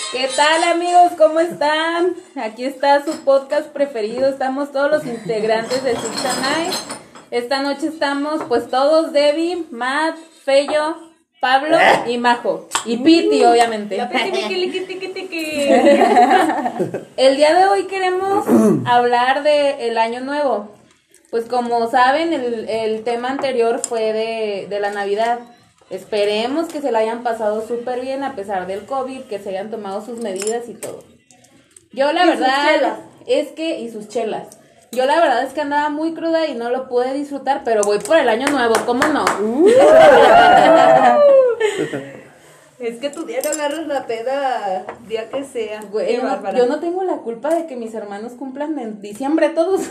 ¿Qué tal, amigos? ¿Cómo están? Aquí está su podcast preferido. Estamos todos los integrantes de Six and Nine. Esta noche estamos pues todos, Debbie, Matt, Feyo, Pablo y Majo. Y Piti, obviamente. El día de hoy queremos hablar del año nuevo. Pues como saben, el tema anterior fue de la Navidad. Esperemos que se la hayan pasado súper bien a pesar del COVID, que se hayan tomado sus medidas y todo. Yo la verdad es que, y sus chelas. Yo la verdad es que andaba muy cruda y no lo pude disfrutar, pero voy por el año nuevo, ¿cómo no? Es que tu día no agarras la peda día que sea. Güey, yo no tengo la culpa de que mis hermanos cumplan en diciembre todos.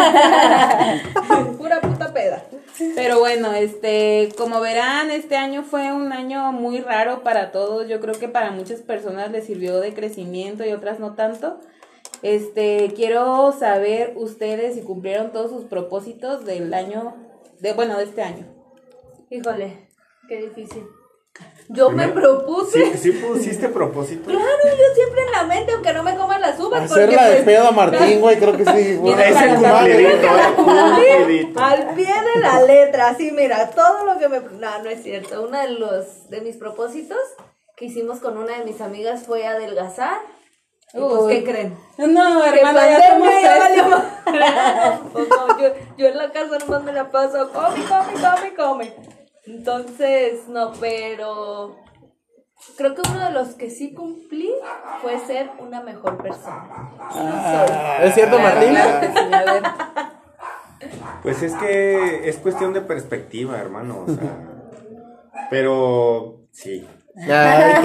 Pura puta peda. Pero bueno, como verán, este año fue un año muy raro para todos. Yo creo que para muchas personas les sirvió de crecimiento y otras no tanto. Quiero saber ustedes si cumplieron todos sus propósitos del año, de este año. Híjole, qué difícil. Yo me propuse. ¿Sí pusiste propósito? Claro, yo siempre en la mente, aunque no me coman las uvas. Hacerla de pedo a Martín, güey, creo que sí. Bueno, es el cumplidito, al pie de la letra, así mira, todo lo que me... No es cierto. Uno de mis propósitos que hicimos con una de mis amigas fue adelgazar. Y pues, ¿qué creen? No, hermana, ya somos pues no, yo en la casa nomás me la paso, come. Entonces, no, pero creo que uno de los que sí cumplí fue ser una mejor persona. ¿Es cierto, Martín? Claro que sí, a ver. Pues es que es cuestión de perspectiva, hermano, o sea, pero sí. Ay,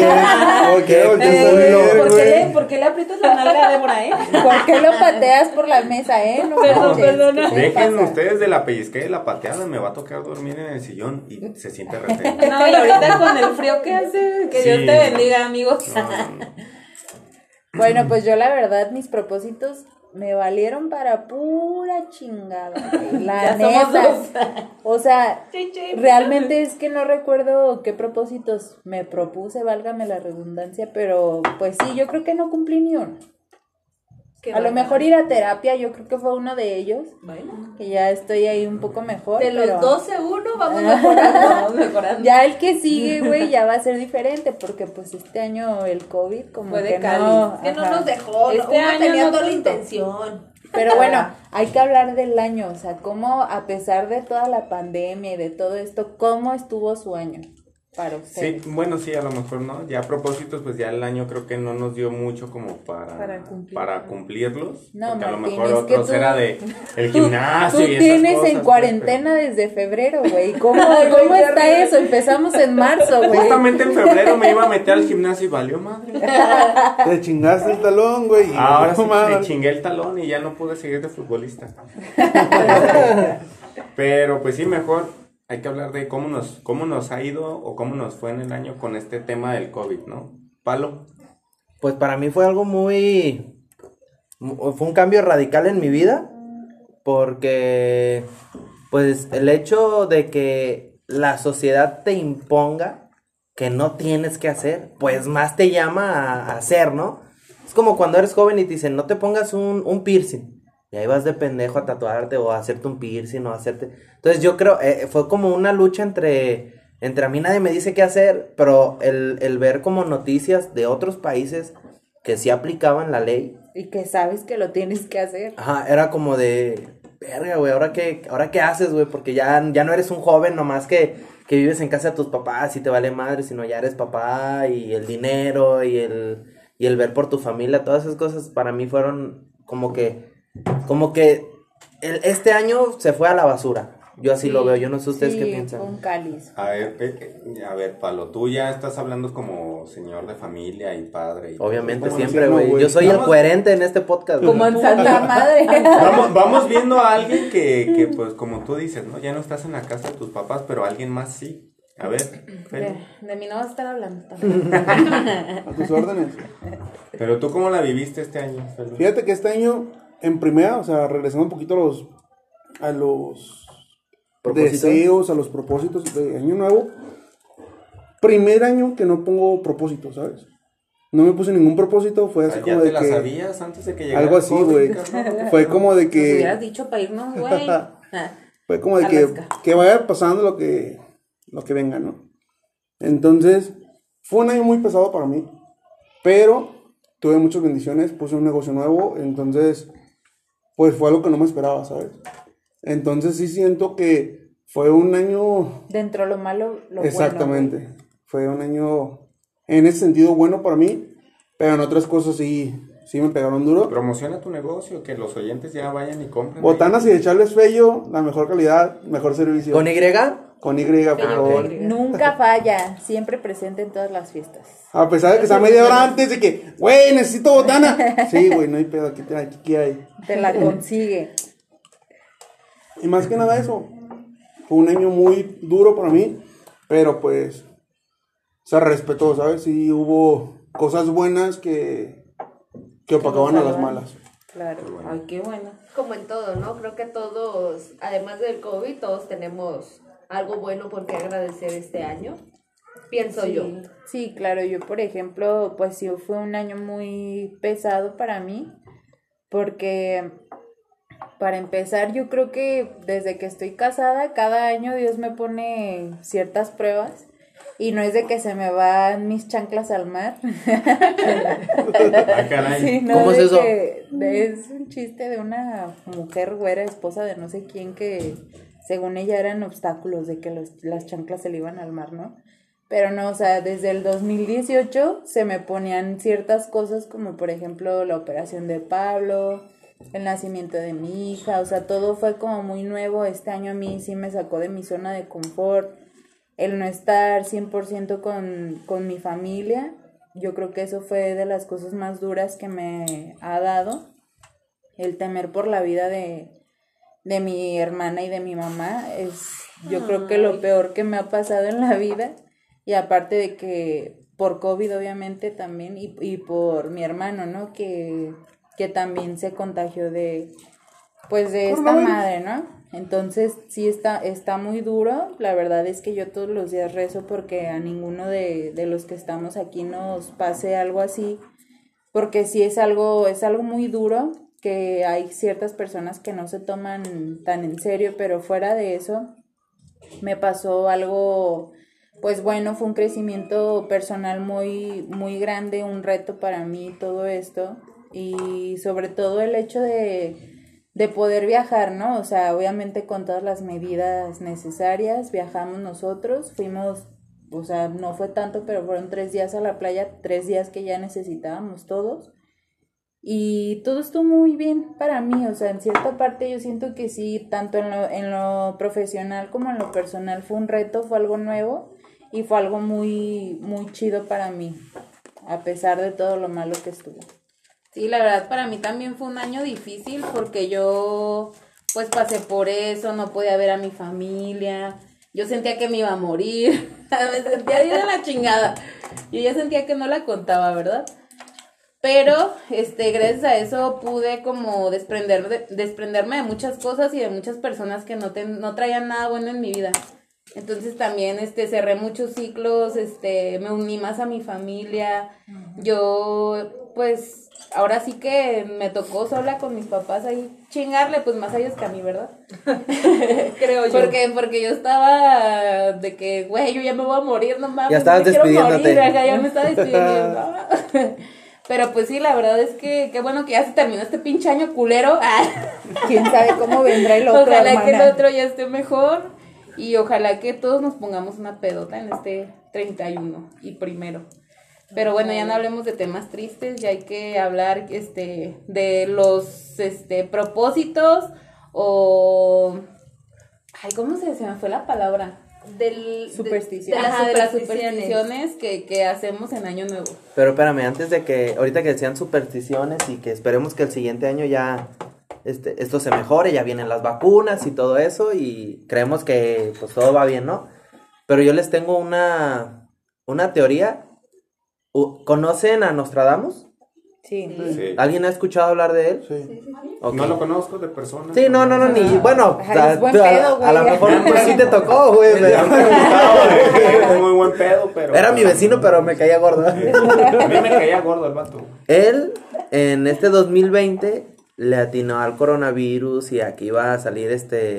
¿Por qué le aprietas la nalga a Débora, ¿Por qué lo pateas por la mesa, No Perdona. Dejen ustedes de la pellizca y de la pateada, me va a tocar dormir en el sillón y se siente retenido. No, y ahorita con el frío que hace, que Dios te bendiga, amigos. No. Bueno, pues yo la verdad, mis propósitos me valieron para pura chingada, güey. La neta. O sea, realmente es que no recuerdo qué propósitos me propuse, válgame la redundancia, pero pues sí, yo creo que no cumplí ni uno. A lo mejor ir a terapia, yo creo que fue uno de ellos. Bueno. Que ya estoy ahí un poco mejor. De los pero... 12 uno vamos mejorando. Ya el que sigue, güey, ya va a ser diferente, porque pues este año el COVID como fue de que Cali. no... Que no nos dejó, Este uno año tenía no toda la tanto. intención. Pero bueno, hay que hablar del año, o sea, cómo a pesar de toda la pandemia y de todo esto, ¿cómo estuvo su año para Sí, ustedes? bueno, sí, a lo mejor no, ya a propósitos, pues ya el año creo que no nos dio mucho como para cumplirlos, No, porque a lo Martín, mejor es que otros tú- era de el gimnasio Tú y esas tienes cosas, en pues, cuarentena desde febrero, güey. ¿Cómo está eso? Empezamos en marzo, pero güey. justamente en febrero me iba a meter al gimnasio y valió madre. Te chingaste el talón, güey. Ahora sí No mames. me chingué el talón y ya no pude seguir de futbolista. Pero pues sí, mejor hay que hablar de cómo nos ha ido o cómo nos fue en el año con este tema del COVID, ¿no? Palo. Pues para mí fue algo fue un cambio radical en mi vida, porque pues el hecho de que la sociedad te imponga que no tienes que hacer, pues más te llama a hacer, ¿no? Es como cuando eres joven y te dicen, no te pongas un piercing. Y ahí vas de pendejo a tatuarte o a hacerte un piercing o a hacerte... Entonces yo creo, fue como una lucha entre a mí nadie me dice qué hacer, pero el ver como noticias de otros países que sí aplicaban la ley. Y que sabes que lo tienes que hacer. Ajá, era como de, verga, güey, ¿ahora qué haces, güey? Porque ya no eres un joven nomás que vives en casa de tus papás y te vale madre, sino ya eres papá y el dinero y el ver por tu familia, todas esas cosas para mí fueron como que este año se fue a la basura. Yo así lo veo, yo no sé ustedes qué piensan. Un cáliz. A ver, Palo, tú ya estás hablando como señor de familia y padre. Obviamente Como siempre, anciano, güey. güey. Yo soy el Vamos- coherente en este podcast, güey. Como en Santa Madre. Vamos viendo a alguien que, pues, como tú dices, ¿no? Ya no estás en la casa de tus papás, pero alguien más sí. A ver, Feli. De mí no vas a estar hablando. A tus órdenes. Pero tú, ¿cómo la viviste este año, Feli? Fíjate que este año, en primera, o sea, regresando un poquito a los ¿Propósitos? deseos, a los propósitos de año nuevo. Primer año que no pongo propósitos, ¿sabes? no me puse ningún propósito, fue así ¿Ya como te de la que... sabías antes de que llegara Algo el así, COVID, güey. cabrón? Fue como de Nos hubieras que... dicho para irnos, güey. Ah, Fue como de Alaska. que vaya pasando lo que venga, ¿no? Entonces, fue un año muy pesado para mí, pero tuve muchas bendiciones, puse un negocio nuevo, entonces, pues fue algo que no me esperaba, ¿sabes? Entonces sí siento que fue un año... Dentro de lo malo, lo Exactamente. bueno. Fue un año en ese sentido bueno para mí, pero en otras cosas sí me pegaron duro. Promociona tu negocio, que los oyentes ya vayan y compren. Botanas y echarles Fello, la mejor calidad, mejor servicio. ¿Con Y? Con Y, por favor. Nunca falla, siempre presente en todas las fiestas. A pesar de que está media hora antes de que, güey, necesito botana. Sí, güey, no hay pedo, aquí hay. Te la consigue. Y más que nada eso, fue un año muy duro para mí, pero pues se respetó, ¿sabes? Sí hubo cosas buenas que opacaban a las malas. Claro. Ay, qué bueno. Como en todo, ¿no? Creo que todos, además del COVID, todos tenemos algo bueno por qué agradecer este año. Pienso yo. Sí, claro, yo por ejemplo, pues sí fue un año muy pesado para mí, porque para empezar yo creo que desde que estoy casada, cada año Dios me pone ciertas pruebas. Y no es de que se me van mis chanclas al mar. Ah, caray. Sí, no, ¿Cómo es de eso? es un chiste de una mujer güera, esposa de no sé quién, que según ella eran obstáculos de que las chanclas se le iban al mar, ¿no? Pero no, o sea, desde el 2018 se me ponían ciertas cosas como por ejemplo la operación de Pablo, el nacimiento de mi hija, o sea, todo fue como muy nuevo. Este año a mí sí me sacó de mi zona de confort. El no estar 100% con mi familia, yo creo que eso fue de las cosas más duras que me ha dado. El temer por la vida de mi hermana y de mi mamá es, yo creo que lo peor que me ha pasado en la vida. Y aparte de que por COVID obviamente también y por mi hermano, ¿no? Que también se contagió de esta madre, ¿no? Entonces sí está muy duro. La verdad es que yo todos los días rezo porque a ninguno de los que estamos aquí nos pase algo así, porque sí es algo muy duro, que hay ciertas personas que no se toman tan en serio, pero fuera de eso me pasó algo, pues bueno, fue un crecimiento personal muy, muy grande, un reto para mí todo esto, y sobre todo el hecho de poder viajar, ¿no? O sea, obviamente con todas las medidas necesarias, viajamos nosotros, fuimos, o sea, no fue tanto, pero fueron 3 días a la playa, 3 días que ya necesitábamos todos, y todo estuvo muy bien para mí. O sea, en cierta parte yo siento que sí, tanto en lo profesional como en lo personal fue un reto, fue algo nuevo, y fue algo muy, muy chido para mí, a pesar de todo lo malo que estuvo. Sí, la verdad para mí también fue un año difícil porque yo pues pasé por eso, no podía ver a mi familia, yo sentía que me iba a morir, me sentía bien de la chingada, yo ya sentía que no la contaba, ¿verdad? Pero gracias a eso pude como desprenderme de muchas cosas y de muchas personas que no traían nada bueno en mi vida. Entonces también cerré muchos ciclos, me uní más a mi familia. Yo pues ahora sí que me tocó sola con mis papás ahí chingarle, pues más a ellos que a mí, ¿verdad? Creo yo. Porque yo estaba de que, güey, yo ya me voy a morir, no mames. Ya estabas me quiero despidiéndote. morir, ajá, ya me estaba despidiendo. Pero pues sí, la verdad es que qué bueno que ya se terminó este pinche año culero. ¿Quién sabe cómo vendrá el otro, Ojalá hermana? que el otro ya esté mejor. Y ojalá que todos nos pongamos una pedota en este 31 y primero. Pero bueno, ya no hablemos de temas tristes, ya hay que hablar de los propósitos o... Ay, ¿cómo se me fue la palabra? Superstición. De las supersticiones que hacemos en Año Nuevo. Pero espérame, antes de que, ahorita que decían supersticiones y que esperemos que el siguiente año ya esto se mejore, ya vienen las vacunas y todo eso y creemos que pues todo va bien, ¿no? Pero yo les tengo una teoría. ¿Conocen a Nostradamus? Sí. Sí. ¿Alguien ha escuchado hablar de él? Sí. Ok. No lo conozco de persona. Sí, no, ni, bueno, Ajá, es buen pedo, güey. a lo mejor pues sí te tocó, güey. Me ha preguntado, es muy buen pedo, pero... Era mi vecino, pero me caía gordo. A mí me caía gordo el vato. Él, en este 2020, le atinó al coronavirus y aquí iba a salir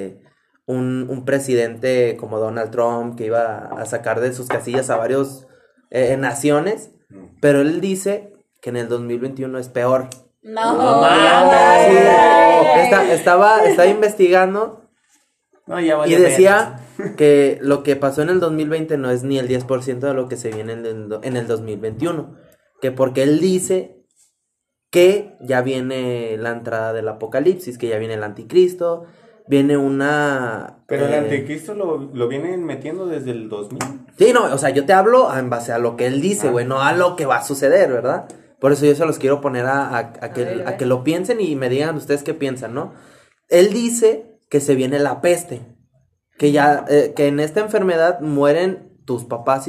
un presidente como Donald Trump que iba a sacar de sus casillas a varios naciones, pero él dice que en el 2021 es peor. No, Sí, estaba investigando No, ya y valió decía que lo que pasó en el 2020 no es ni el 10% de lo que se viene en el 2021, que porque él dice que ya viene la entrada del apocalipsis, que ya viene el anticristo, viene una... Pero el anticristo lo vienen metiendo desde el 2000. Sí, no, o sea, yo te hablo en base a lo que él dice, güey, no a lo que va a suceder, ¿verdad? Por eso yo se los quiero poner a que lo piensen y me digan ustedes qué piensan, ¿no? Él dice que se viene la peste, que ya, que en esta enfermedad mueren tus papás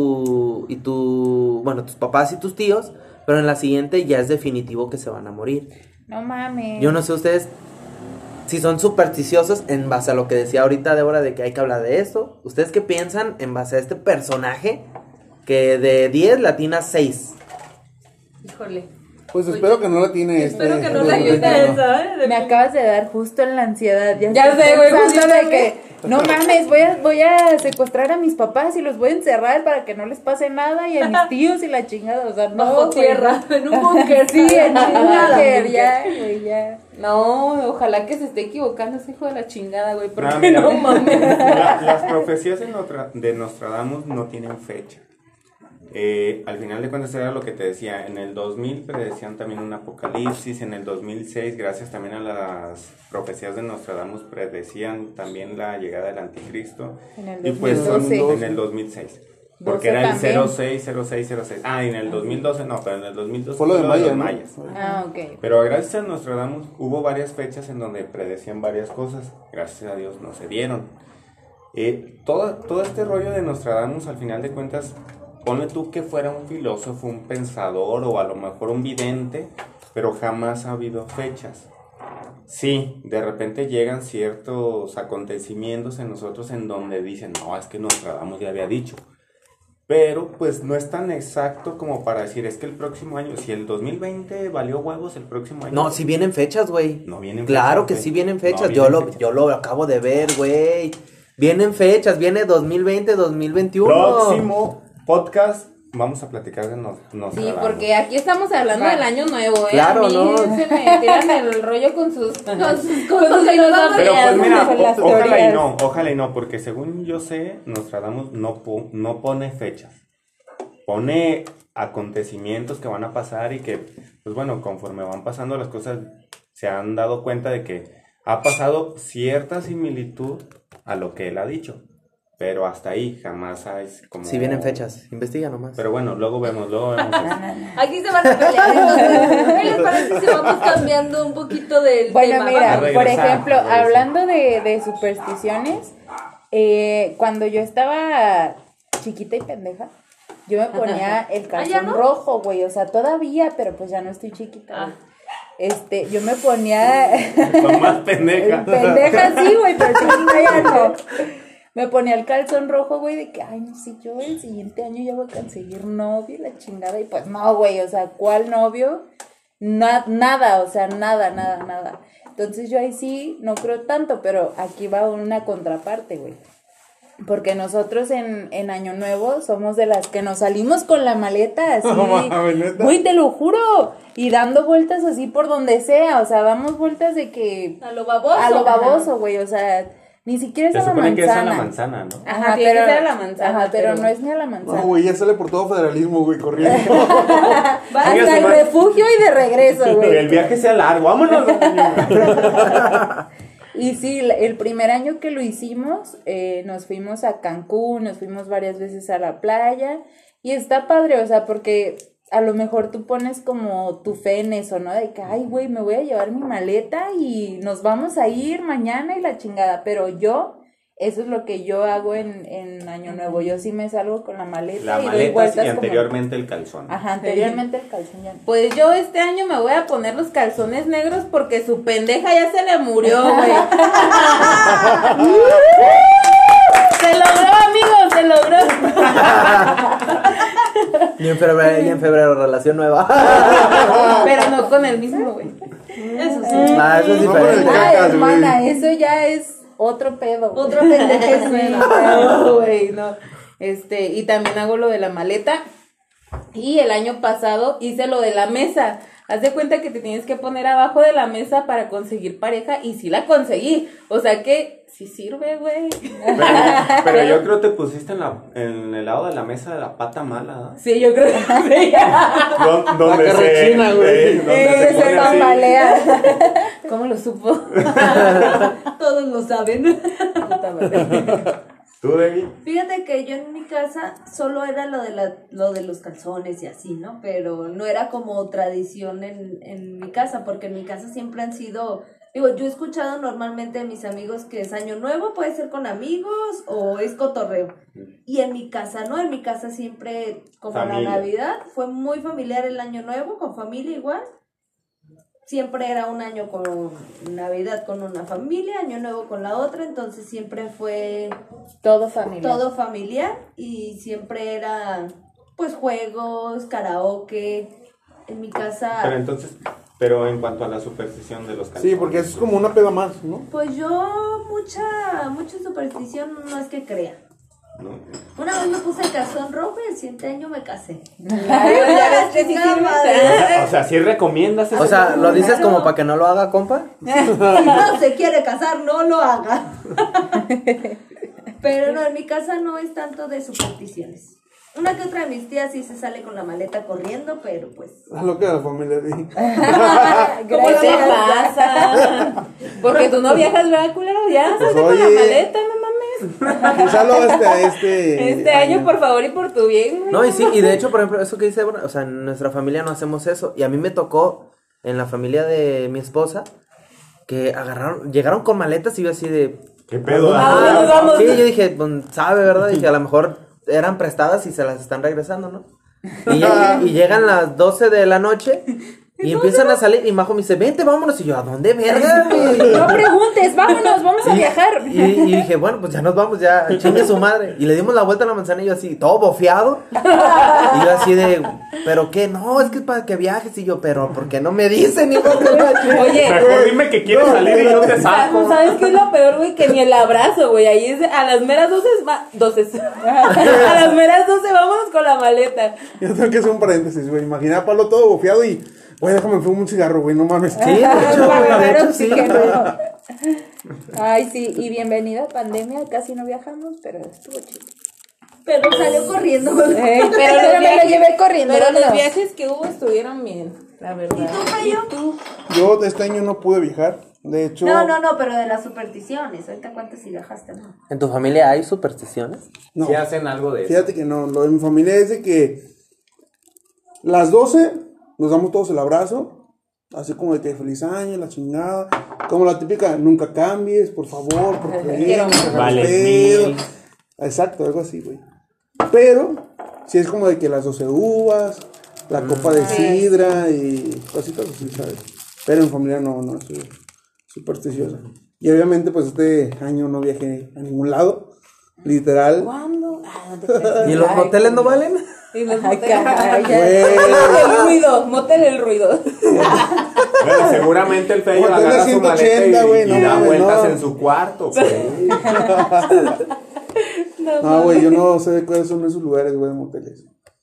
bueno, tus papás y tus tíos, pero en la siguiente ya es definitivo que se van a morir. No mames. Yo no sé ustedes si son supersticiosos en base a lo que decía ahorita Débora de que hay que hablar de esto. ¿Ustedes qué piensan en base a este personaje que de 10 latina 6? Híjole. Pues espero que no la tiene Espero que no la ayude 2021. esa, ¿eh? Me acabas de dar justo en la ansiedad. Ya estoy sé, güey, pensando justo de yo que no mames, voy a secuestrar a mis papás y los voy a encerrar para que no les pase nada y a mis tíos y la chingada, o sea, no, Bajo güey, tierra, no. en un búnker. Sí, en un Chingada, búnker, ya, güey, ya. No, ojalá que se esté equivocando ese hijo de la chingada, güey, porque No, mira, no mames. las profecías de Nostradamus no tienen fecha. Al final de cuentas era lo que te decía, en el 2000 predecían también un apocalipsis, en el 2006 gracias también a las profecías de Nostradamus predecían también la llegada del anticristo En el y pues 2012. en el 2006 porque 12 era el también. 060606 y en el 2012 no, pero en el 2012 Fue lo de los Maya, ¿no? mayas. Ah, ok. Pero gracias a Nostradamus hubo varias fechas en donde predecían varias cosas. Gracias a Dios no se dieron. Todo este rollo de Nostradamus, al final de cuentas, ponle tú que fuera un filósofo, un pensador o a lo mejor un vidente, pero jamás ha habido fechas. Sí, de repente llegan ciertos acontecimientos en nosotros en donde dicen, no, es que Nostradamus ya había dicho. Pero pues no es tan exacto como para decir, es que el próximo año, si el 2020 valió huevos, el próximo año... No, si vienen fechas, güey. No vienen Claro fechas, que güey. sí vienen fechas. No vienen fechas. Yo lo acabo de ver, güey. Vienen fechas, viene 2020, 2021. Próximo podcast vamos a platicar de Nostradamus. Sí, porque aquí estamos hablando del año nuevo, ¿eh? Claro, a mí ¿no? se me tiran el rollo con sus cosas Pero pues mira, Las ojalá teorías. y no, porque según yo sé, Nostradamus no pone fechas. Pone acontecimientos que van a pasar y que, pues bueno, conforme van pasando las cosas, se han dado cuenta de que ha pasado cierta similitud a lo que él ha dicho. Pero hasta ahí jamás hay como... Si vienen fechas, investiga nomás. Pero bueno, luego vemos eso. Aquí se van a pelear, entonces, ¿qué les parece si vamos cambiando un poquito del Bueno, tema? mira, A regresar, por ejemplo, a regresar. hablando de supersticiones, cuando yo estaba chiquita y pendeja, yo me ponía el ¿ya calzón no? rojo, güey, o sea, todavía, pero pues ya no estoy chiquita. Ah. Güey. Yo me ponía... Con más pendeja. pendeja sí, güey, pero chiquita ya no. Me ponía el calzón rojo, güey, de que, ay, no sé, yo el siguiente año ya voy a conseguir novio y la chingada. Y pues no, güey, o sea, ¿cuál novio? Nada, o sea, nada. Entonces yo ahí sí no creo tanto, pero aquí va una contraparte, güey. Porque nosotros en Año Nuevo somos de las que nos salimos con la maleta así. No mames, ¿neta? Güey, te lo juro. Y dando vueltas así por donde sea. O sea, damos vueltas de que... A lo baboso. A lo baboso, güey. O sea, ni siquiera es Se a la supone que es a manzana. la manzana, ¿no? Ajá, tiene que ser a la manzana, Ajá, pero pero- no es ni a la manzana. No, güey, ya sale por todo federalismo, güey, corriendo. Hasta Chinga su el madre. refugio y de regreso, El güey. viaje sea largo, vámonos. Y sí, el primer año que lo hicimos, nos fuimos a Cancún, nos fuimos varias veces a la playa. Y está padre, o sea, porque a lo mejor tú pones como tu fe en eso, ¿no? De que, ay, güey, me voy a llevar mi maleta y nos vamos a ir mañana y la chingada. Pero yo, Eso es lo que yo hago en Año Nuevo. Yo sí me salgo con la maleta La y doy maleta vueltas y como... anteriormente el calzón. Ajá, anteriormente el calzón ya no. Pues yo este año me voy a poner los calzones negros porque su pendeja ya se le murió, güey. Se logró, amigos, se logró. Y en febrero relación nueva. Pero no con el mismo, güey. Eso sí. Ah, eso es No, pero el diferente. Ay, cacas, hermana, güey. eso ya es otro pedo. Otro pendejo. No, güey, no. Y también hago lo de la maleta. Y el año pasado hice lo de la mesa. Haz de cuenta que te tienes que poner abajo de la mesa para conseguir pareja y sí la conseguí. O sea que sí sirve, güey. Pero yo creo que te pusiste en el lado de la mesa de la pata mala, ¿no? Sí, yo creo que sí. Donde La carrechina, güey. donde Se pone así. tambalea. ¿Cómo lo supo? Todos lo saben. Puta madre. ¿Tú, Debbie? Fíjate que yo en mi casa solo era lo de los calzones y así, ¿no? Pero no era como tradición en mi casa, porque en mi casa siempre han sido... Digo, yo he escuchado normalmente de mis amigos que es Año Nuevo, puede ser con amigos o es cotorreo. Y en mi casa no, en mi casa siempre, como Familia. la Navidad, fue muy familiar el Año Nuevo, con familia igual. Siempre era un año con Navidad con una familia, Año Nuevo con la otra, entonces siempre fue Todo familiar. todo familiar y siempre era pues juegos, karaoke. En mi casa, Pero en cuanto a la superstición de los calzones. Sí, porque eso es como una peda más, ¿no? pues yo mucha superstición no es que crea. ¿No? Una vez me puse el calzón rojo y el siguiente año me casé. Ay, ya ves que sí sirve. O sea, ¿sí recomiendas eso? O sea, ¿lo dices Claro. como para que no lo haga, compa? Si no se quiere casar, no lo haga. Pero no, en mi casa no es tanto de supersticiones. Una que otra de mis tías sí se sale con la maleta corriendo, pero pues... Es lo que la familia dice. ¿Cómo te pasa? Porque tú no viajas, ¿verdad, culero? Ya, Pues, salte con la oye. maleta, no mames. Un saludo a este Año, por favor, y por tu bien, güey. No, y sí, y de hecho, por ejemplo, eso que dice, bueno, o sea, en nuestra familia no hacemos eso. Y a mí me tocó, en la familia de mi esposa, que llegaron con maletas y yo así de... ¿Qué pedo? ¿A dónde nos vamos? Sí, yo dije, pues, sabe, ¿verdad? Dije, a lo mejor eran prestadas y se las están regresando, ¿no? Y llegan las 12 de la noche y empiezan a salir y Majo me dice, vente, vámonos. Y yo, ¿a dónde, verga, güey? No preguntes, vámonos, vamos a viajar. Y dije, bueno, pues ya nos vamos, ya, chingue su madre. Y le dimos la vuelta a la manzana y yo así, todo bofeado. Y yo así de, ¿pero qué? No, es que es para que viajes. Y yo, ¿pero por qué no me dicen? Hijo de la chingada? Oye, Mejor dime que quieres salir y yo te saco. ¿sabes qué es lo peor, güey? Que ni el abrazo, güey. Ahí es a las meras 12 a las meras 12 vámonos con la maleta. Yo tengo que hacer un paréntesis, güey. Imagina a Pablo todo bofeado y... Güey, déjame fumar un cigarro, güey, no mames. Sí, de hecho, güey, de hecho, sí. Ay, sí, y bienvenida pandemia, casi no viajamos, pero estuvo chido. Pero salió corriendo. Pero los me lo llevé corriendo. Pero los vámonos. viajes que hubo estuvieron bien, la verdad. ¿Y tú? Yo este año no pude viajar. De hecho... No, pero de las supersticiones. Ahorita cuántas si viajaste, ¿no? ¿En tu familia hay supersticiones? No. ¿Sí hacen algo de eso? Fíjate que no, lo de mi familia es de que las 12 nos damos todos el abrazo, así como de que feliz año, la chingada, como la típica, nunca cambies, por favor, porque bien, Vales mil. Exacto, algo así, güey. Pero, si es como de que las 12 uvas, la copa de sidra y cositas así, ¿sabes? Pero en familia no soy supersticiosa. Y obviamente, pues este año no viajé a ningún lado, literal. ¿Cuándo? No te creas. ¿Y los moteles no valen? Y los Ay, moteles. caray, ya. Motel el ruido, motel el ruido. Bueno, seguramente el Feyo Motel de agarra su 180, maleta güey, y no da mames, vueltas no. en su cuarto, pues. No, güey, yo no sé cuáles son esos lugares, güey, de moteles.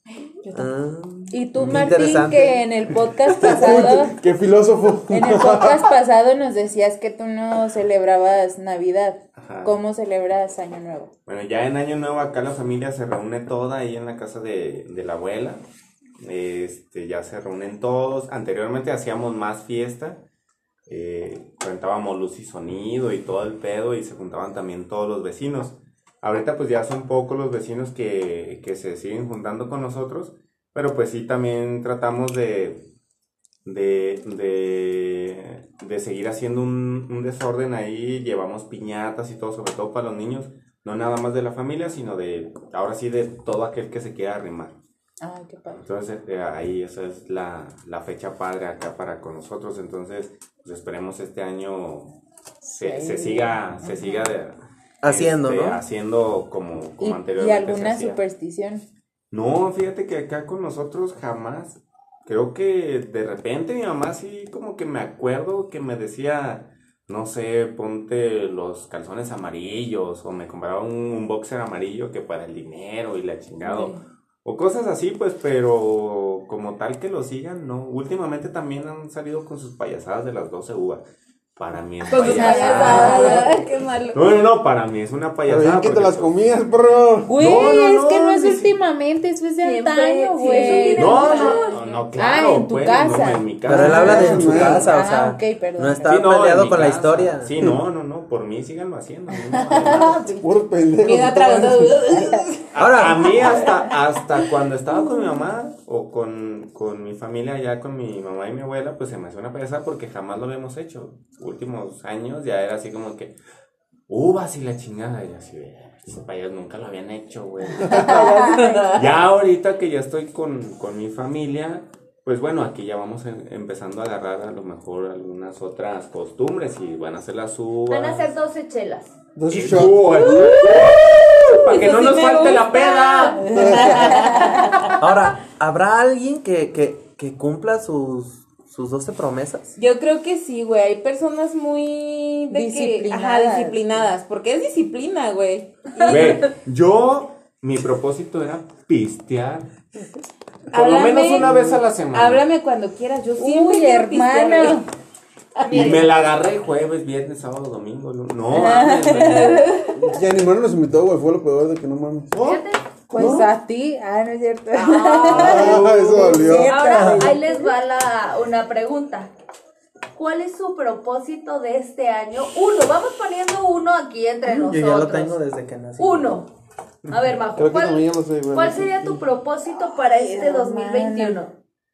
Y tú, Qué Martín, interesante. que en el podcast pasado, Qué filósofo. en el podcast pasado nos decías que tú no celebrabas Navidad. Ajá. ¿Cómo celebras Año Nuevo? Bueno, ya en Año Nuevo acá la familia se reúne toda ahí en la casa de la abuela. Ya se reúnen todos. Anteriormente hacíamos más fiesta. Rentábamos luz y sonido y todo el pedo y se juntaban también todos los vecinos. Ahorita pues ya son pocos los vecinos que se siguen juntando con nosotros, pero pues sí también tratamos de de seguir haciendo un desorden ahí. Llevamos piñatas y todo, sobre todo para los niños, no nada más de la familia, sino ahora sí de todo aquel que se quiera arrimar. Ay, qué padre. Entonces ahí esa es la fecha padre acá para con nosotros. Entonces pues esperemos este año se siga haciendo, ¿no? Haciendo como ¿Y anteriormente alguna se hacía. superstición? No, fíjate que acá con nosotros jamás. Creo que de repente mi mamá sí como que me acuerdo que me decía, no sé, ponte los calzones amarillos o me compraba un boxer amarillo que para el dinero y la chingado. O cosas así, pues, pero como tal que lo sigan, no. Últimamente también han salido con sus payasadas de las 12 uvas. Para mí es Con sus payasadas, qué malo. No, para mí es una Pero payasada. bien que te porque, las pues, comías, bro. Güey, es que no es ni si- últimamente, eso es de Siempre, antaño, sí, güey. No, claro. en tu pues, casa. no, en mi casa. Pero él habla de en su Ah, casa, o ah, sea, ok, perdón. no está Sí, no, en peleado mi con la casa. historia. Sí, no, por mí síganlo haciendo. No, Puros pendejos. Bien no te vayan a atragantado. Ahora- a mí hasta cuando estaba con mi mamá o con mi familia, ya con mi mamá y mi abuela, pues se me hacía una payasada porque jamás lo habíamos hecho. Últimos años ya era así como que uvas y la chingada, y así de, esos payasos nunca lo habían hecho, güey. Ya ahorita que ya estoy con mi familia, pues bueno, aquí ya vamos empezando a agarrar a lo mejor algunas otras costumbres y van a hacer las uvas. Van a ser 12 chelas. Dos Y shots. para que no sí nos me falte la gusta. peda. Ahora, ¿habrá alguien que cumpla sus 12 promesas? Yo creo que sí, güey. Hay personas muy disciplinadas. Porque es disciplina, güey. Güey, mi propósito era pistear. Por lo Háblame- menos una vez a la semana. Háblame cuando quieras. Yo siempre Uy, quiero pistear, hermano. güey. Y me la agarré jueves, viernes, sábado, domingo. No mames, güey. Ya ninguno nos invitó, güey. Fue lo peor de que no mames. Fíjate. Pues a ti. Ah, no es cierto. Ah, eso dolió. Ahora, ahí les va una pregunta. ¿Cuál es su propósito de este año? Vamos poniendo uno aquí entre Yo nosotros. ya lo tengo desde que nací. Uno. A ver, Majo, Creo que también ya lo sé, güey. ¿cuál sería tu propósito para este hermana. 2021?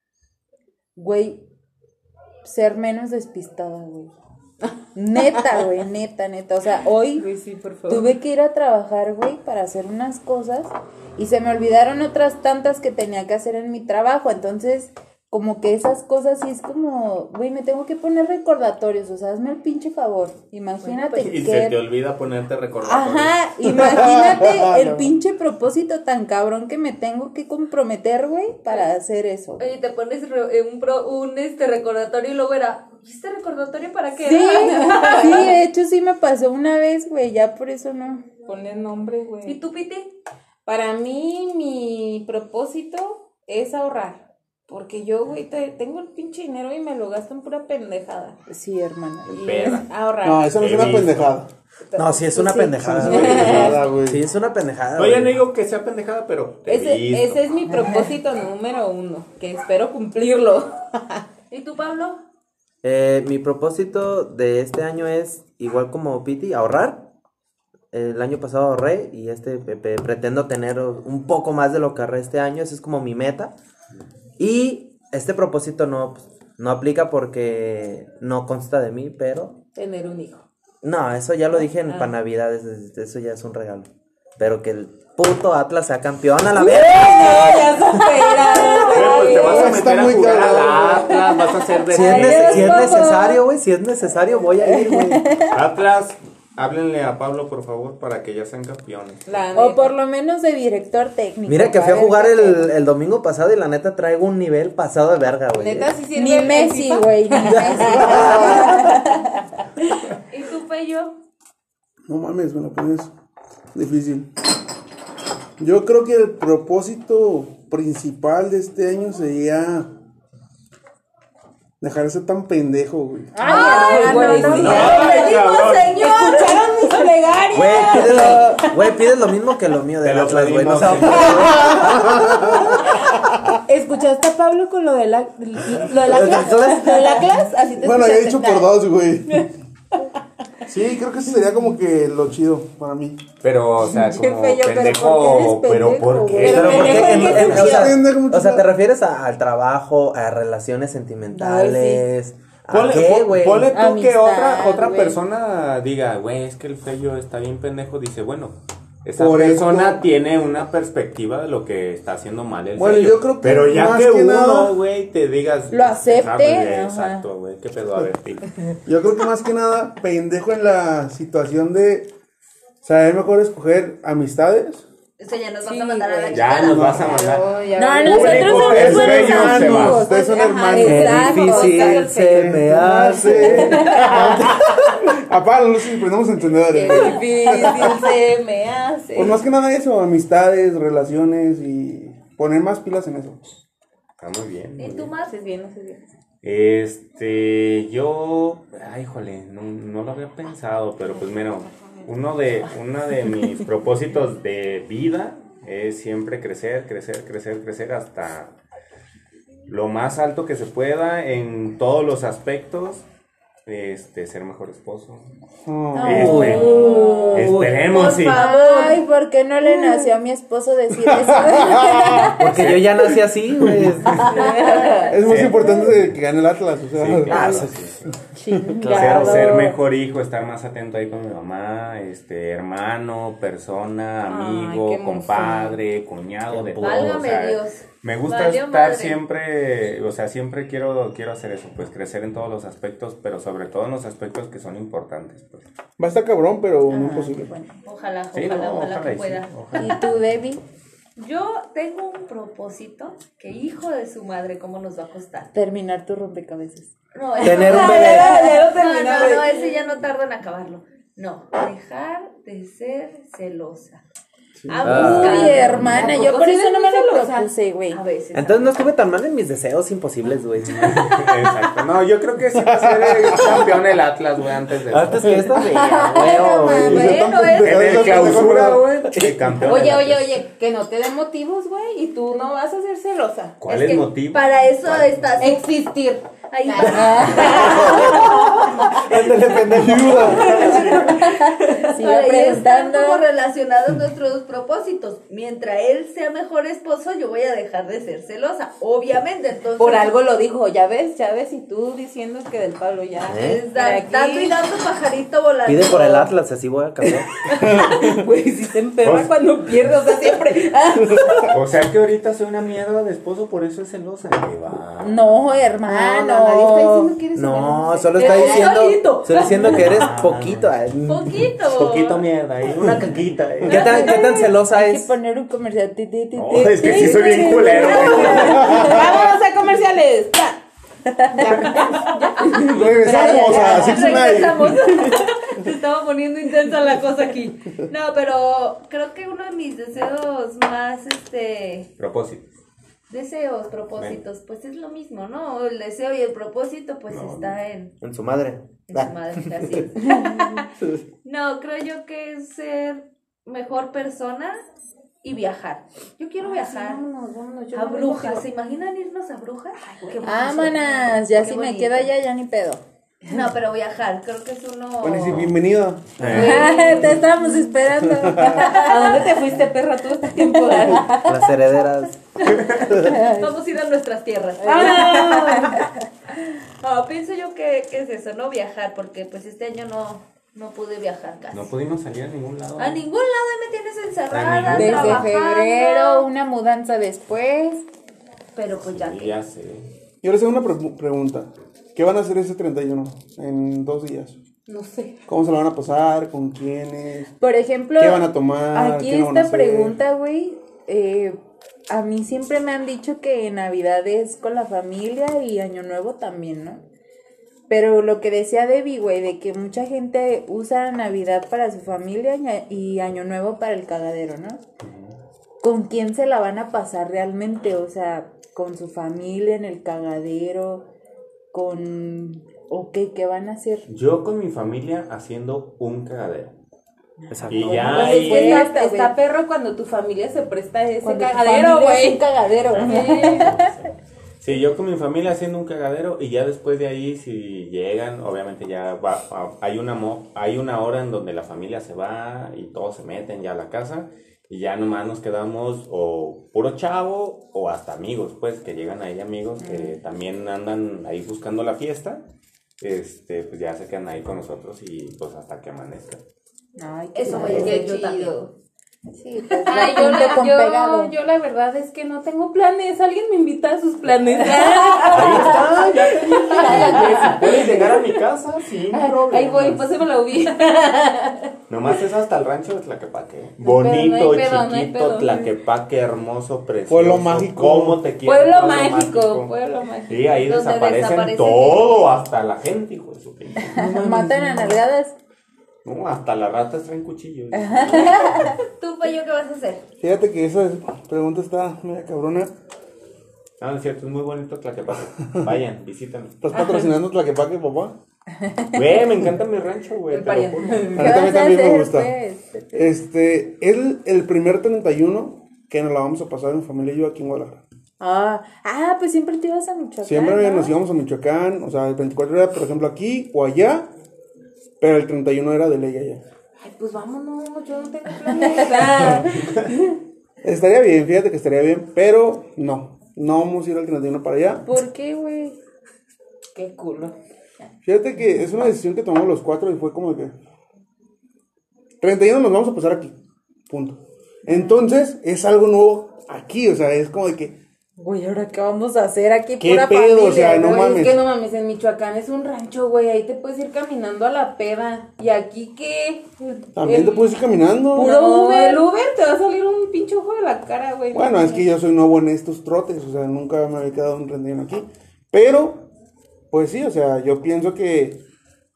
Güey, ser menos despistada, güey. Neta, güey, neta. O sea, hoy Güey, sí, por favor. tuve que ir a trabajar, güey, para hacer unas cosas y se me olvidaron otras tantas que tenía que hacer en mi trabajo. Entonces, como que esas cosas sí es como, güey, me tengo que poner recordatorios. O sea, hazme el pinche favor. Imagínate Y que... se te olvida ponerte recordatorios. Ajá, imagínate el pinche propósito tan cabrón que me tengo que comprometer, güey, para hacer eso. Oye, te pones un recordatorio y luego era, ¿y este recordatorio para qué? Sí, era? sí, de hecho sí me pasó una vez, güey, ya por eso no. Ponle nombre, ¿Y güey. tú, Piti? Para mí, mi propósito es ahorrar. Porque yo, güey, tengo el pinche dinero y me lo gasto en pura pendejada. Sí, hermana. Y Perra. es ahorrar. No, eso no es He una visto. pendejada. No, sí es una Sí. pendejada. Es güey. una pendejada, güey. Sí, es una pendejada. No, ya güey. no digo que sea pendejada, pero te he visto. Ese es mi propósito número 1, que espero cumplirlo. ¿Y tú, Pablo? Mi propósito de este año es, igual como Piti, ahorrar. El año pasado ahorré y pretendo tener un poco más de lo que ahorré este año. Esa es como mi meta. Y este propósito no aplica porque no consta de mí, pero... Tener un hijo. No, eso ya lo dije para Navidades, eso ya es un regalo. Pero que el puto Atlas sea campeón a la vez. Ya supera. Güey, pues te vas a Está meter a muy jugar cagado. al Atlas, vas a hacer de Si es necesario, güey, si es necesario, voy a ir, güey. Atlas, háblenle a Pablo, por favor, para que ya sean campeones. La O neta. por lo menos de director técnico. Mira que fui a ver jugar qué pedo. el domingo pasado y la neta traigo un nivel pasado de verga, güey. Neta, sí sirve Ni el Messi, FIFA. güey, ni Messi. ¿Y tú, Pello? No mames, me la pones difícil. Yo creo que el propósito principal de este año sería dejar de ser tan pendejo, güey. Ay, güey, hermano, sí. no, Ay, cabrón. ¿Escucharon mis plegarias? Güey, pides lo mismo que lo mío Te del lo Atlas, güey. No pedimos. sé. ¿Escuchaste a Pablo con lo de la clase? ¿Lo de la clase? Así te Bueno, había escuchaste. dicho por dos, güey. Sí, creo que eso sería como que lo chido para mí. Pero, o sea, Qué como feo, pero pendejo, ¿por qué eres pero ¿por pendejo, qué? Pero ¿por qué? pendejo, O sea, pendejo, o sea, ¿te refieres al trabajo, a relaciones sentimentales? ¿A qué, güey? Ponle tú que Amistad, otra güey. persona diga, güey, es que el Feyo está bien pendejo. Dice, bueno, esa Por persona esto- tiene una perspectiva de lo que está haciendo mal el Bueno, Feyo. yo creo que Pero ya más que que uno, nada- güey, te digas... Lo acepte, güey, ajá. exacto, güey, qué pedo, a ver, tío. Yo creo que más que nada, pendejo en la situación de saber mejor escoger amistades. O sea, ya nos vas Sí, a mandar a la güey. Ya chingada. nos vas a mandar. No, nosotros Público, somos el buenos sueño se va. amigos. Ustedes son Ajá, hermanos. Qué exacto, difícil exacto. se me hace. Apaga la luz y prendemos encendedores. Qué difícil se me hace. Pues más que nada eso, amistades, relaciones y poner más pilas en eso. Está muy bien. ¿Y muy tú bien. más? Haces bien, haces bien. Yo, ay, jole, no lo había pensado, pero pues mira, uno de mis propósitos de vida es siempre crecer hasta lo más alto que se pueda en todos los aspectos. Ser mejor esposo. Esperemos, sí. Ay, ¿por qué no le nació a mi esposo decir eso? Porque yo ya nací así, güey. Es más Sí. importante que gane el Atlas. O sea, Sí, claro, sí. sí. Chingado. Ser mejor hijo, estar más atento ahí con mi mamá, hermano, persona, amigo, qué emoción. compadre, cuñado, de todo. Válgame Dios. Me gusta Valió estar madre. siempre, o sea, siempre quiero hacer eso, pues crecer en todos los aspectos, pero sobre todo en los aspectos que son importantes, pues. va a estar cabrón, pero no imposible. Ojalá, Sí, ojalá, no, ojalá que y sí, pueda. ojalá. ¿Y tú, Debbie? Yo tengo un propósito que, hijo de su madre, ¿cómo nos va a costar? Terminar tu rompecabezas. No, Tener un no, bebé. no, ese ya no tarda en acabarlo. No, dejar de ser celosa. A buscar. Uy, hermana, yo por eso no me lo celosa? propuse, güey. A veces. Entonces no estuve tan mal en mis deseos imposibles, güey. Exacto. No, yo creo que sí va a ser el campeón el Atlas, güey, antes de eso. Antes que esto, güey. Bueno, En el clausura, güey, el campeón. del Oye, Atlas. que no te den motivos, güey, y tú no vas a ser celosa. ¿Cuál es es que motivo? para eso estás Existir. ahí. Ándale, pendejo. Sigue Para ahí están preguntando. como relacionados nuestros dos propósitos. Mientras él sea mejor esposo, yo voy a dejar de ser celosa. Obviamente, entonces. Por algo lo dijo, ya ves, y tú diciendo que del Pablo ya. Es dar, Aquí, dando y dando pajarito volando. Pide por el Atlas, así voy a cambiar. güey, si se emperra cuando pierde, o sea, siempre. O sea que ahorita soy una mierda de esposo, por eso es celosa. Que va. No, hermano. nadie está diciendo que eres No, celoso. solo está Eres diciendo. solito. Solo diciendo que eres poquito. Poquito. Poquito mierda, una caquita. ¿Qué tan celosa Hay que es? poner un comercial. No, es que sí soy bien culero, güey. Vámonos a comerciales. Regresamos a Six Night. Regresamos. Se estaba poniendo intensa la cosa aquí. No, pero creo que uno de mis deseos más, Propósito. propósitos, pues es lo mismo, ¿no? El deseo y el propósito, pues está en En su madre. su madre, así es. No, creo yo que es ser mejor persona y viajar. Yo quiero viajar. Vámonos, yo A no voy Brujas, contigo. ¿se imaginan irnos a Brujas? Qué bonito. Vámonos, ya Qué si me bonito. quedo allá, ya ni pedo. No, pero viajar, creo que es uno. Bueno, y sí, bienvenida. Te estábamos esperando. ¿A dónde te fuiste, perra, todo este tiempo? Las herederas. Vamos a ir a nuestras tierras. No, pienso yo que es eso, no viajar, porque pues este año no pude viajar casi. No pudimos salir a ningún lado. A ningún lado me tienes encerrada, Desde trabajando. febrero, una mudanza después. Pero pues ya Sí, que. ya sé. Yo les hago una pregunta. ¿Qué van a hacer ese 31 en 2 días? No sé. ¿Cómo se la van a pasar? ¿Con quiénes? Por ejemplo, ¿Qué van a tomar? aquí ¿Qué no van a esta hacer? pregunta, güey, a mí siempre me han dicho que Navidad es con la familia y Año Nuevo también, ¿no? Pero lo que decía Debbie, güey, de que mucha gente usa Navidad para su familia y Año Nuevo para el cagadero, ¿no? ¿Con quién se la van a pasar realmente? O sea, ¿con su familia en el cagadero? ¿O qué van a hacer? Yo con mi familia haciendo un cagadero. Exacto. Y ya Pues ahí. es que está, güey. está perro cuando tu familia se presta a ese Cuando tu cagadero, familia es güey. un cagadero. Sí, yo con mi familia haciendo un cagadero y ya después de ahí si llegan, obviamente ya hay una hora en donde la familia se va y todos se meten ya a la casa y ya nomás nos quedamos o puro chavo o hasta amigos, pues que llegan ahí amigos que también andan ahí buscando la fiesta, pues ya se quedan ahí con nosotros y pues hasta que amanezca. Ay, Eso padre. voy a hacer yo chido. también. Sí, pues Ay, yo la verdad es que no tengo planes. Alguien me invita a sus planes. Ahí está, ya te dije. Si puedes llegar a mi casa, sin problema. Ahí voy, pásame la ubi. Nomás es hasta el rancho de Tlaquepaque. Bonito, no hay pedo, no hay chiquito, pedo. Tlaquepaque, hermoso, precioso. Pueblo mágico. ¿Cómo te quiero? Pueblo mágico. Sí, ahí Donde desaparecen desaparece todo, hasta la gente, hijo de su pinche. matan a nalgadas. No, hasta las ratas traen cuchillos. ¿Tú, Payo, qué vas a hacer? Fíjate que esa pregunta está media cabrona. No, es cierto, es muy bonito Tlaquepaque. Vayan, visítanlo. ¿Estás patrocinando Tlaquepaque, papá? Güey, me encanta mi rancho, güey. Te lo juro. A ¿Qué mí vas a también me hacer, gusta. pues? Es el primer 31 que nos la vamos a pasar en familia y yo aquí en Guadalajara. Pues siempre te ibas a Michoacán. Siempre ¿no? nos íbamos a Michoacán, o sea, el 24 era, por ejemplo, aquí o allá, pero el 31 era de ley allá. Ay, pues vámonos, yo no tengo planes. Estaría bien, fíjate que estaría bien, pero no vamos a ir al 31 para allá. ¿Por qué, güey? Qué culo. Fíjate que es una decisión que tomamos los 4 y fue como de que 31 nos vamos a pasar aquí, punto. Entonces, es algo nuevo aquí, o sea, es como de que Güey, ¿ahora qué vamos a hacer aquí? ¿Qué Pura pedo? familia, O sea, no güey. mames. Es que no mames, en Michoacán es un rancho, güey. Ahí te puedes ir caminando a la peda. ¿Y aquí qué? también te puedes ir caminando. Puro No, Uber. El Uber te va a salir un pinche ojo de la cara, güey. Bueno, es que yo soy nuevo en estos trotes, o sea, nunca me había quedado un 31 aquí. Pero, pues sí, o sea, yo pienso que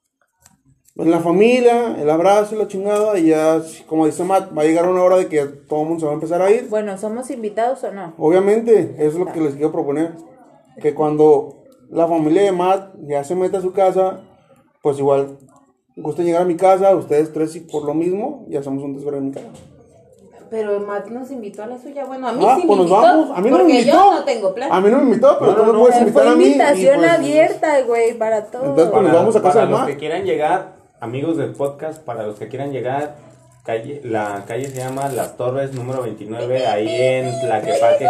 en la familia, el abrazo y la chingada, y ya, como dice Matt, va a llegar una hora de que todo el mundo se va a empezar a ir. Bueno, ¿somos invitados o no? Obviamente, eso es lo que les quiero proponer. Que cuando la familia de Matt ya se meta a su casa, pues igual, gusten llegar a mi casa, ustedes tres y por lo mismo, y hacemos un desvergue en mi casa. Pero Matt nos invitó a la suya. Bueno, a mí sí pues me nos invitó. vamos. A mí no me porque invitó. yo no tengo plan. A mí no me invitó, pero No, tú no, me puedes no. invitar Fue a mí. y, invitación pues, abierta, güey, para todos. Entonces, pues, nos vamos a casa para de los Matt. que quieran llegar, amigos del podcast, para los que quieran llegar, la calle se llama Las Torres número 29, ahí en Tlaquepaque.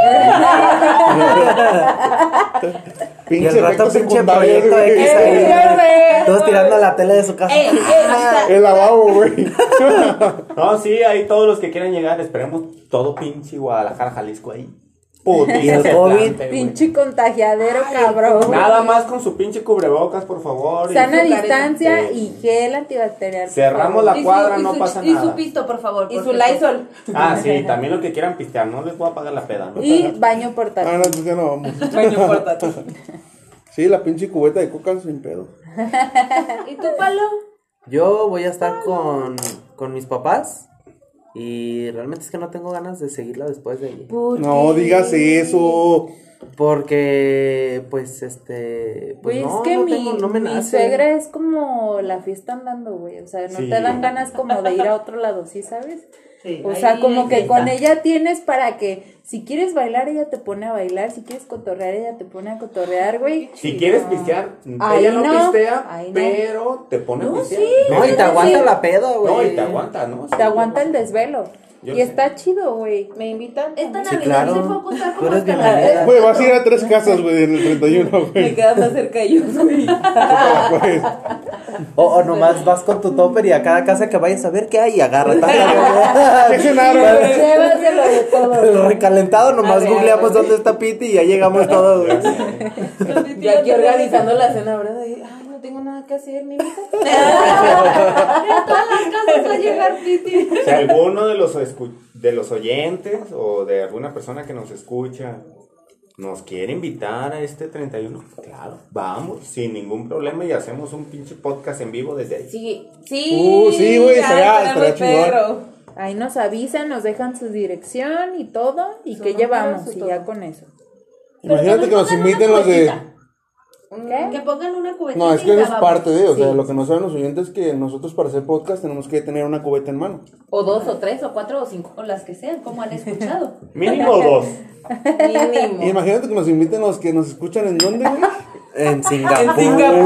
Y Pinche el rato efecto pinche secundario, proyecto güey. X ahí. Todos tirando la tele de su casa. El lavabo, güey. No, sí, ahí todos los que quieran llegar, esperemos todo pinche Guadalajara, Jalisco ahí. Y el COVID, Pinche contagiadero, cabrón. Nada más con su pinche cubrebocas, por favor. y Sana su distancia Sí. y gel antibacterial. por Cerramos favor. la cuadra, no pasa Y nada. su pisto, por favor. Y porque, su Lysol. Ah, sí, también lo que quieran pistear, no les voy a pagar la peda. ¿no? Y baño Ah, portátil. no, entonces ya no vamos. Baño portátil. Sí, la pinche cubeta de coca sin pedo. ¿Y tú, Palo? yo voy a estar con mis papás. Y realmente es que no tengo ganas de seguirla después de ahí. No digas eso. Porque, pues, Güey, no, es que no mi, tengo- no me mi nace. suegra es como la fiesta andando, güey. O sea, no Sí. te dan ganas como de ir a otro lado, ¿sí sabes? Sí, O sea, ahí como que fiesta. con ella tienes para que si quieres bailar, ella te pone a bailar. Si quieres cotorrear, ella te pone a cotorrear, güey. Si quieres pistear, Ahí ella no no, pistea, ahí no. pero te pone a pistear. No, y te aguanta la peda, güey. No, y te aguanta, ¿no? Te aguanta el desvelo. Yo Y sé. está chido, güey. ¿Me invitan? Esta Sí, Navidad claro. se fue a acostar Tú como eres hasta bienvenida. Güey, vas a ir a 3 casas, güey, en el 31, Me güey. queda más cerca yo, güey. Pues, O nomás vas con tu topper y a cada casa que vayas a ver qué hay y agarra. ¿qué cenaron? Llévaselo de todo. El recalentado, nomás A ver, googleamos a ver. dónde está Piti y ya llegamos todos, güey. Yo aquí organizando la cena, ¿verdad? Ay, no tengo nada que hacer, mi vida. A todas las casas va a llegar Piti. Si alguno de los oyentes o de alguna persona que nos escucha nos quiere invitar a este 31, claro, vamos, sin ningún problema y hacemos un pinche podcast en vivo desde ahí. Sí, sí. Sí, güey, ay, estaría muy chingón. perro. Ahí nos avisan, nos dejan su dirección y todo. ¿Y Su qué número, llevamos? su Y todo. ya con eso. Imagínate que nos inviten los de. ¿Qué? Que pongan una cubetita. No, es que y eso es grabamos. parte de, o sea, Sí. lo que no saben los oyentes es que nosotros para hacer podcast tenemos que tener una cubeta en mano. O 2, o 3, o 4, o 5. O las que sean, como han escuchado. Mínimo 2. Mínimo. Imagínate que nos inviten los que nos escuchan en dónde, güey. En Singapur.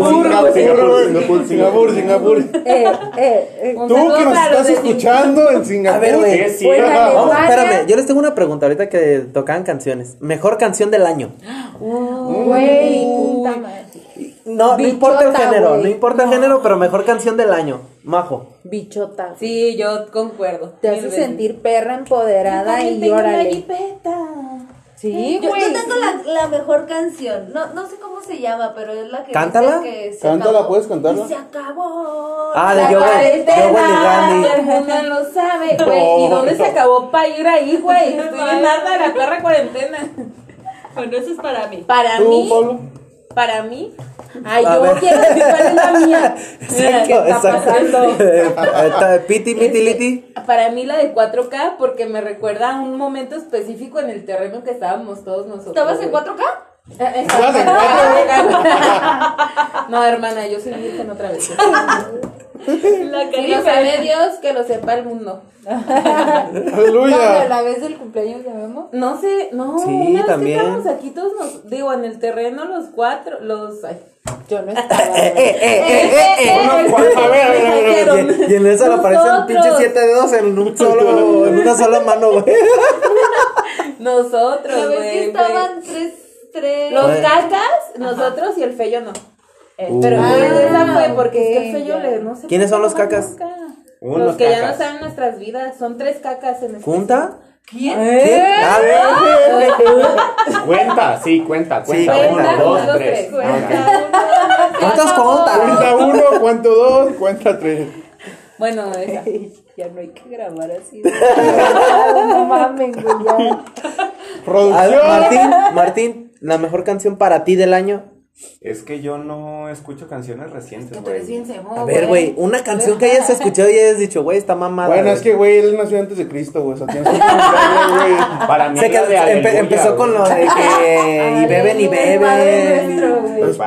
Singapur. Un Tú saludo que nos para los estás de escuchando en Singapur. A ver, güey. Sí, Pues, Vamos, Alemania. espérame, yo les tengo una pregunta ahorita que tocaban canciones. Mejor canción del año. Güey, puta madre. No importa el Bichota, género, güey. no importa el género, pero mejor canción del año. Majo. Bichota. Sí, yo concuerdo. Te Mil hace veces. sentir perra empoderada Yo y tengo una órale. jipeta. Sí, Yo güey. tengo la mejor canción. No sé cómo se llama, pero es la que Cántala. dice que se Cántala, acabó. ¿puedes cantarla? Y se acabó. Ah, de La Joel cuarentena, y Randy. todo el mundo lo sabe, güey. ¿Y dónde se acabó para ir ahí, güey? Estoy en harta de la perra cuarentena. Bueno, eso es para mí. Para ¿Tú, mí, Pablo? para mí, Ay, A yo ver. quiero decir cuál es la mía. Mira, ¿qué está pasando? Piti, piti, liti. para mí la de 4K porque me recuerda a un momento específico en el terreno que estábamos todos nosotros. ¿Estabas en güey. 4K? ¿Estabas en No, hermana, yo soy virgen otra vez. La Si lo sabe Dios, que lo sepa el mundo. ¿Cuándo? Aleluya. ¿La vez del cumpleaños de Memo? No sé, no, Sí, una vez también. que estábamos aquí todos nos, digo, en el terreno los cuatro, ay. Yo no estaba. A ver. Y en eso le aparecen Nosotros. pinches 7 dedos en en una sola mano, güey. Nosotros, La vez que güey. estaban tres. Los Güey. cacas, nosotros y el feyo no. Uh. Pero esa fue Ah, porque es que el ok, feyo ya. le no sé. ¿Quiénes son cómo los se llama cacas? nunca. Unos Los que ya no cacas. están en nuestras vidas. Son 3 cacas en este. ¿Junta? ¿Quién? ¿Quién? Ah, Cuenta, sí, cuenta. Sí, Cuenta. cuenta. 1, 2, Uno, 3. dos, ¿Cuántos contan? Cuenta 1, cuenta 2, cuenta 3. Bueno, esa. Ya no hay que grabar así. No mames, güey. Ya. Producción. Martín, la mejor canción para ti del año. Es que yo no escucho canciones recientes, Que tú eres güey. bien cebo, A ver, güey, una canción que hayas escuchado y hayas dicho, güey, está mamada. Bueno, güey. es que, güey, él nació antes de Cristo, güey. O sea, tienes que preguntarle, güey. Para mí Sé que la de Aleluya, empezó con lo güey. de que y beben y beben. Pues,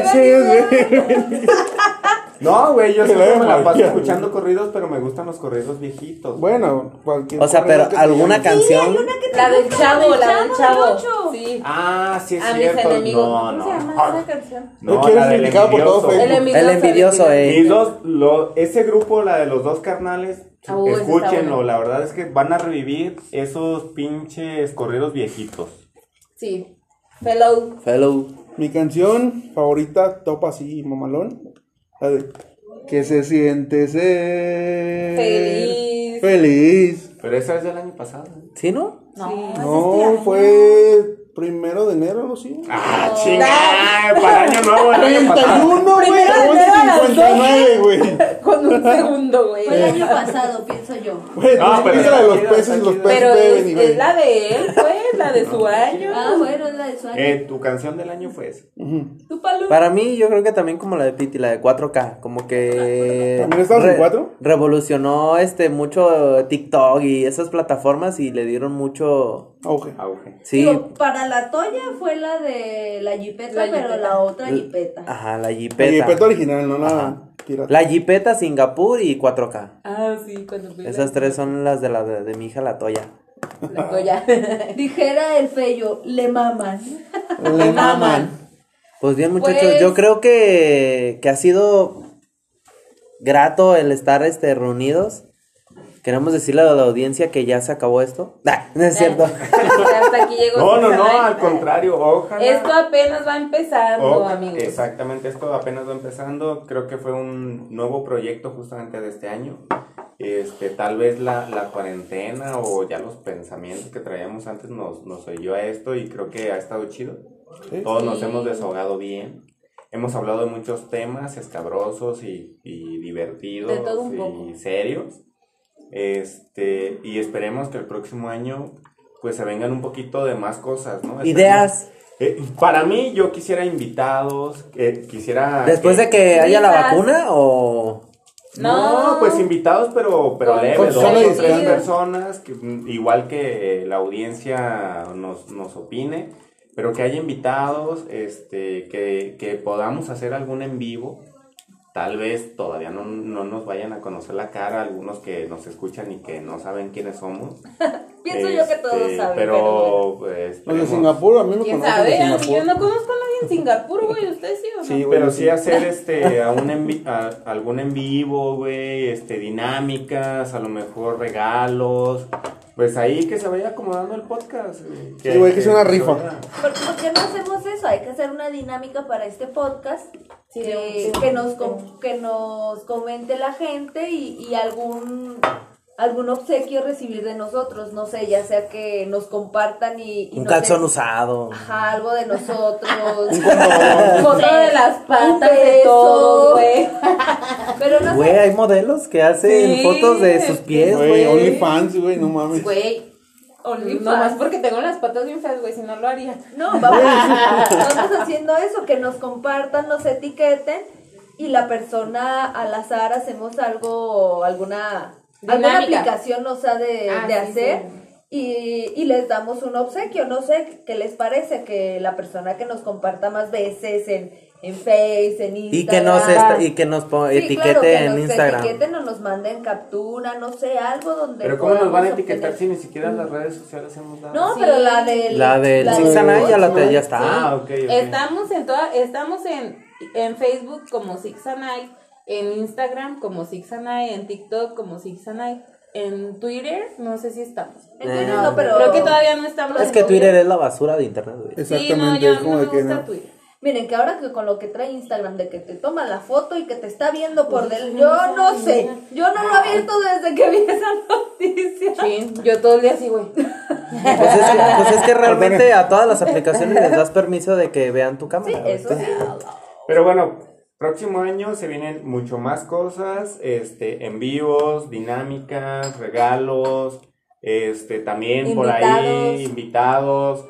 Güey. No, güey, yo Se siempre la me la paso marqué. escuchando corridos, pero me gustan los corridos viejitos. Bueno, cualquier. O sea, pero corrido que te alguna llame. canción. La del chavo, la del chavo. Sí. Ah, sí es A mis cierto. enemigos. No, ¿Cómo no. se llama esa canción? No, ¿Quieres la del criticado por todo envidioso. Facebook? El envidioso, Mis dos, ese grupo, la de los dos carnales, Ah, ese está escúchenlo. bueno. La verdad es que van a revivir esos pinches corridos viejitos. Sí. Fellow. Fellow. Mi canción favorita, top así, mamalón. La de que se siente ser Feliz. Feliz. Pero esa es del año pasado. ¿Sí, no? No, No, fue 1 de enero, ¿no? Sí. Ah, chingada, para año nuevo el año pasado. 31, güey. Primero de enero a las 59, güey. con un segundo, güey. Fue el año pasado, pienso yo. Güey, No, tú pero dices la de los está peces, chido, los está peces Pero beben y es beben. la de él, pues, la de su año. Ah, bueno, es la de Suárez. Tu canción del año fue esa. ¿Tú, Palo? Para mí, yo creo que también como la de Piti, la de 4K, como que... ¿También estabas en 4? Revolucionó mucho TikTok y esas plataformas y le dieron mucho... Ok. Auge. Sí, Digo, para la Toya fue la de la jipeta, La pero jipeta. la otra jipeta. ajá, la El Jeepeta. peto original, no la Ajá. pirata. La Jeepeta, Singapur y 4K. Ah, sí, cuando fui Esas tres son las de mi hija la Toya. la Toya. Dijera el feyo, le maman. Le maman. Pues bien, muchachos, Pues- yo creo que ha sido grato el estar reunidos. Queremos decirle a la audiencia que ya se acabó esto. Nah, no es cierto. Hasta aquí llegó. No, no, no, Susana. al contrario, ojalá. Esto apenas va empezando, amigos. Exactamente, esto apenas va empezando. Creo que fue un nuevo proyecto justamente de este año. Tal vez la cuarentena o ya los pensamientos que traíamos antes nos oyó a esto y creo que ha estado chido. Sí. Todos nos hemos desahogado bien. Hemos hablado de muchos temas escabrosos y divertidos De todo un poco. y serios. Y esperemos que el próximo año pues se vengan un poquito de más cosas, ¿no? Ideas. Para mí, yo quisiera invitados, quisiera... Después de que haya la Risas. vacuna o... No, pues invitados, pero Con leves, sana 2 o 3 distancia. personas, igual que la audiencia nos opine. pero que haya invitados, que podamos hacer algún en vivo. Tal vez todavía no nos vayan a conocer la cara, algunos que nos escuchan y que no saben quiénes somos. Pienso yo que todos saben, pero Los de Singapur, a mí me ¿Quién conocen sabe? de Singapur. Yo no conozco a nadie en Singapur, güey. ¿Ustedes sí o no? Sí, güey, pero sí. sí hacer algún en vivo, güey, dinámicas, a lo mejor regalos. Pues ahí que se vaya acomodando el podcast. Sí, güey, que sea una rifa. ¿Por qué no hacemos eso? Hay que hacer una dinámica para este podcast. Sí, Que nos comente la gente y algún obsequio recibir de nosotros, no sé, ya sea que nos compartan y Un no calzón sé, usado. ajá, algo de nosotros, Foto de las patas de beso. todos, güey. pero no Güey, sé, hay modelos que hacen Sí, fotos de sus pies, Güey, güey. OnlyFans, güey, no mames. güey, OnlyFans. Nomás porque tengo las patas bien feas, güey, si no lo haría. No, vamos haciendo eso, que nos compartan, nos etiqueten y la persona al azar hacemos alguna Dinámica. aplicación nos ha de Ah, sí, hacer sí. y les damos un obsequio, no sé, ¿qué les parece? Que la persona que nos comparta más veces en Face, en Instagram. Y que nos Sí, etiquete claro, que en nos Instagram. etiqueten o nos manden captura, no sé, algo donde Pero ¿cómo nos van a podamos etiquetar obtener- si ni siquiera en las redes sociales hemos dado? No, Sí. pero la del... La del la Six del- and I ya está. Ah, ok. Estamos en Facebook como Six and I, en Instagram como Six and I, en TikTok como Six and I, en Twitter no sé si estamos. En Twitter No, no, pero... Creo que todavía no estamos. Es que Twitter es la basura de internet, güey. Sí, no, Exactamente, yo es como no de me que gusta no. Twitter. Miren, que ahora que con lo que trae Instagram de que te toma la foto y que te está viendo por del... Yo no sé, yo no lo he abierto desde que vi esa noticia. Sí, yo todo el día así, güey. Pues es que realmente a todas las aplicaciones les das permiso de que vean tu cámara. Sí, güey. eso sí. Pero bueno, próximo año se vienen mucho más cosas, en vivos, dinámicas, regalos, también por ahí invitados,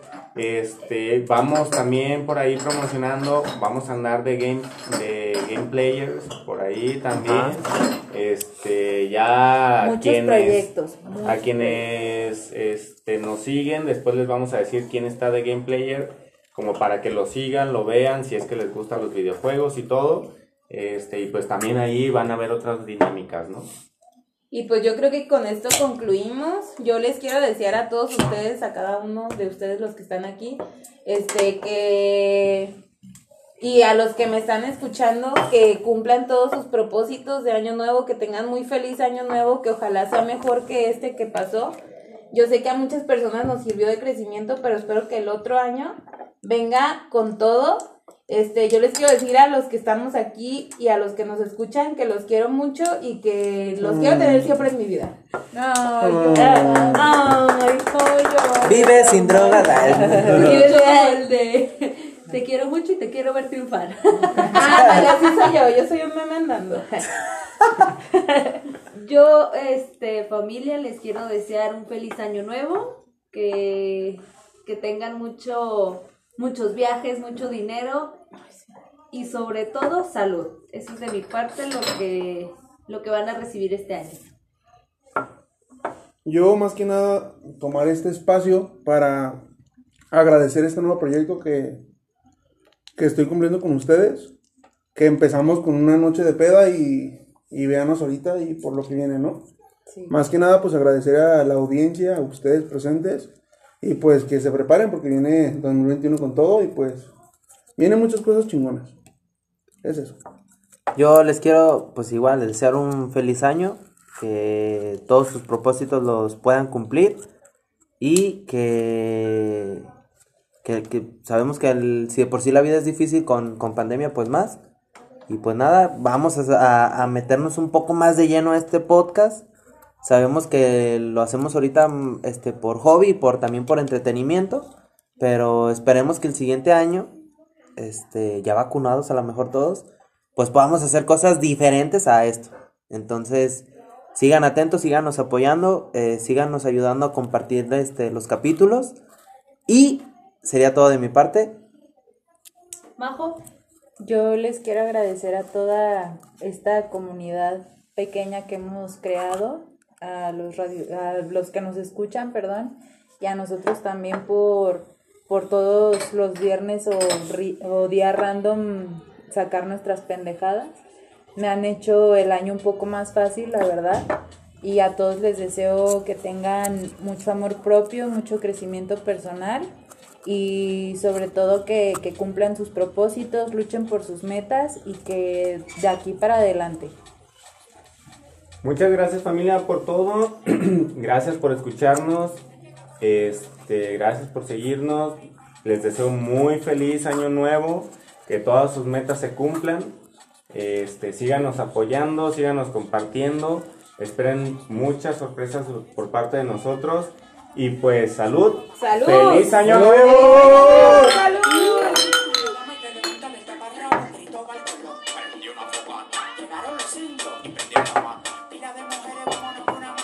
vamos también por ahí promocionando, vamos a andar de game players por ahí también, ya Muchos proyectos. a quienes nos siguen, después les vamos a decir quién está de game player, como para que lo sigan, lo vean, si es que les gustan los videojuegos y todo, y pues también ahí van a ver otras dinámicas, ¿no? Y pues yo creo que con esto concluimos. Yo les quiero desear a todos ustedes, a cada uno de ustedes los que están aquí, y a los que me están escuchando, que cumplan todos sus propósitos de año nuevo, que tengan muy feliz año nuevo, que ojalá sea mejor que este que pasó. Yo sé que a muchas personas nos sirvió de crecimiento, pero espero que el otro año venga con todo. Yo les quiero decir a los que estamos aquí y a los que nos escuchan que los quiero mucho y que los quiero tener siempre en mi vida. Ay, Ay, pollo. Vive sin drogas. Y es como el de... Te quiero mucho y te quiero ver triunfar. Vale, así soy yo soy un meme andando. Yo, familia, les quiero desear un feliz año nuevo, que tengan muchos viajes, mucho dinero y sobre todo salud. Eso es de mi parte lo que van a recibir este año. Yo más que nada tomar este espacio para agradecer este nuevo proyecto que estoy cumpliendo con ustedes, que empezamos con una noche de peda y véanos ahorita y por lo que viene, ¿no? Sí. Más que nada pues agradecer a la audiencia, a ustedes presentes y pues que se preparen porque viene 2021 con todo y pues vienen muchas cosas chingonas. Es eso. Yo les quiero, pues igual, desear un feliz año, que todos sus propósitos los puedan cumplir y que sabemos que si de por sí la vida es difícil con pandemia, pues más. Y pues nada, vamos a meternos un poco más de lleno a este podcast. Sabemos que lo hacemos ahorita por hobby y también por entretenimiento, pero esperemos que el siguiente año, ya vacunados a lo mejor todos, pues podamos hacer cosas diferentes a esto. Entonces, sigan atentos, síganos apoyando, síganos ayudando a compartir los capítulos y sería todo de mi parte. Majo, yo les quiero agradecer a toda esta comunidad pequeña que hemos creado, a los que nos escuchan, perdón, y a nosotros también por por todos los viernes o día random sacar nuestras pendejadas. Me han hecho el año un poco más fácil, la verdad. Y a todos les deseo que tengan mucho amor propio, mucho crecimiento personal y sobre todo que cumplan sus propósitos, luchen por sus metas y que de aquí para adelante. Muchas gracias, familia, por todo. Gracias por escucharnos. Gracias por seguirnos. Les deseo un muy feliz año nuevo. Que todas sus metas se cumplan. Síganos apoyando, síganos compartiendo. Esperen muchas sorpresas por parte de nosotros. Y pues, salud. ¡Salud! ¡Feliz año ¡Salud! nuevo! ¡Salud! Llegaron los indios y